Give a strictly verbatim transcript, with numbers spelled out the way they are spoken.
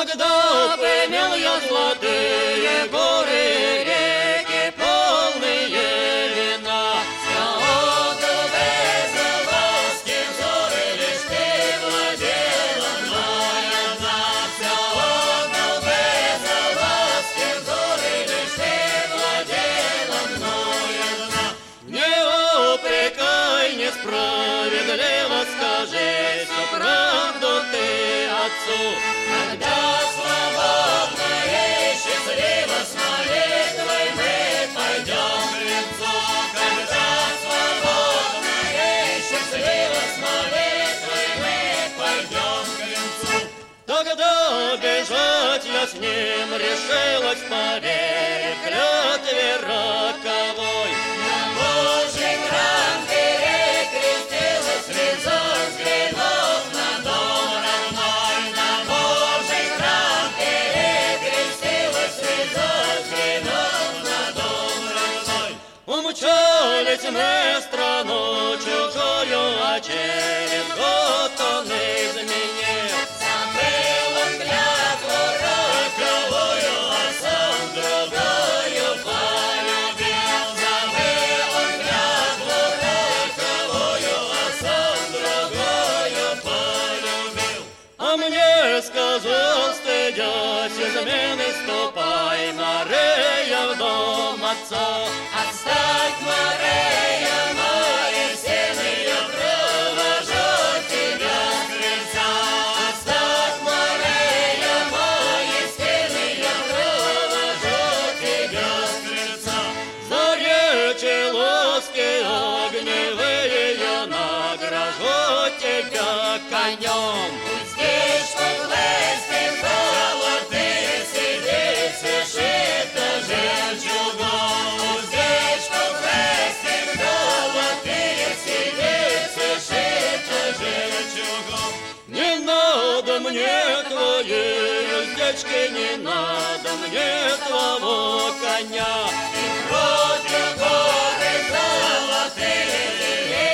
Когда поимел я золотые горы, реки, полные вина, вся отдал беззалазким взоры, лишь ты владела мной одна. Вся отдал беззалазким взоры, лишь ты владела мной одна. Не упрекай несправедливо, скажи всю правду ты отцу. Когда свободно и счастливо с молитвой мы пойдем к лицу. Когда свободно и счастливо с молитвой мы пойдем к лицу. Тогда бежать я с ним решилась, поверив клятве роковой. На Божий храм перекрестилась, слеза взглянув на дом родной. На Божий храм перекрестилась, слеза взглянув на дом родной. Умчались мы в страну чужую, а через год он изменил. Забыл он клятву роковую, а сам другую полюбил. Забыл он клятву роковую, а сам другую полюбил. А мне сказал, стыдясь измены, ступай, Мария, в дом отца. Отстань, Мария, мои сыны, я провожу тебя с крыльца. Отстань, Мария, мои сыны, я провожу тебя с крыльца. За речи ласки огневые я награжу тебя конем. Пусть здесь подлезть золотые сидеть, шито жемчугом. Пусть здесь подлезть золотые сидеть, шито жемчугом. Не надо мне твоей уздечки, не надо мне твоего коня. И против горы золотые